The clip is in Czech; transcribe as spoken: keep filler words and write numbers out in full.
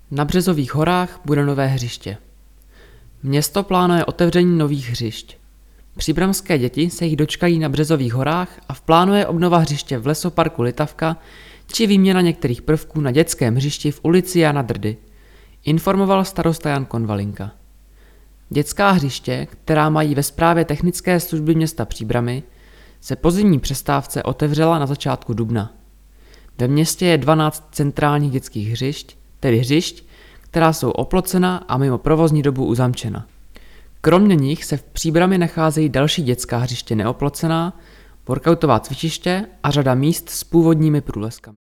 Na Březových horách bude nové hřiště. Město plánuje otevření nových hřišť. Příbramské děti se jich dočkají na Březových horách a v plánu je obnova hřiště v lesoparku Litavka či výměna některých prvků na dětském hřišti v ulici Jana Drdy, informoval starosta Jan Konvalinka. Dětská hřiště, která mají ve správě technické služby města Příbramy, se po zimní přestávce otevřela na začátku dubna. Ve městě je dvanáct centrálních dětských hřišť, tedy hřišť, která jsou oplocena a mimo provozní dobu uzamčena. Kromě nich se v Příbrami nacházejí další dětská hřiště neoplocená, workoutová cvičiště a řada míst s původními průleskami.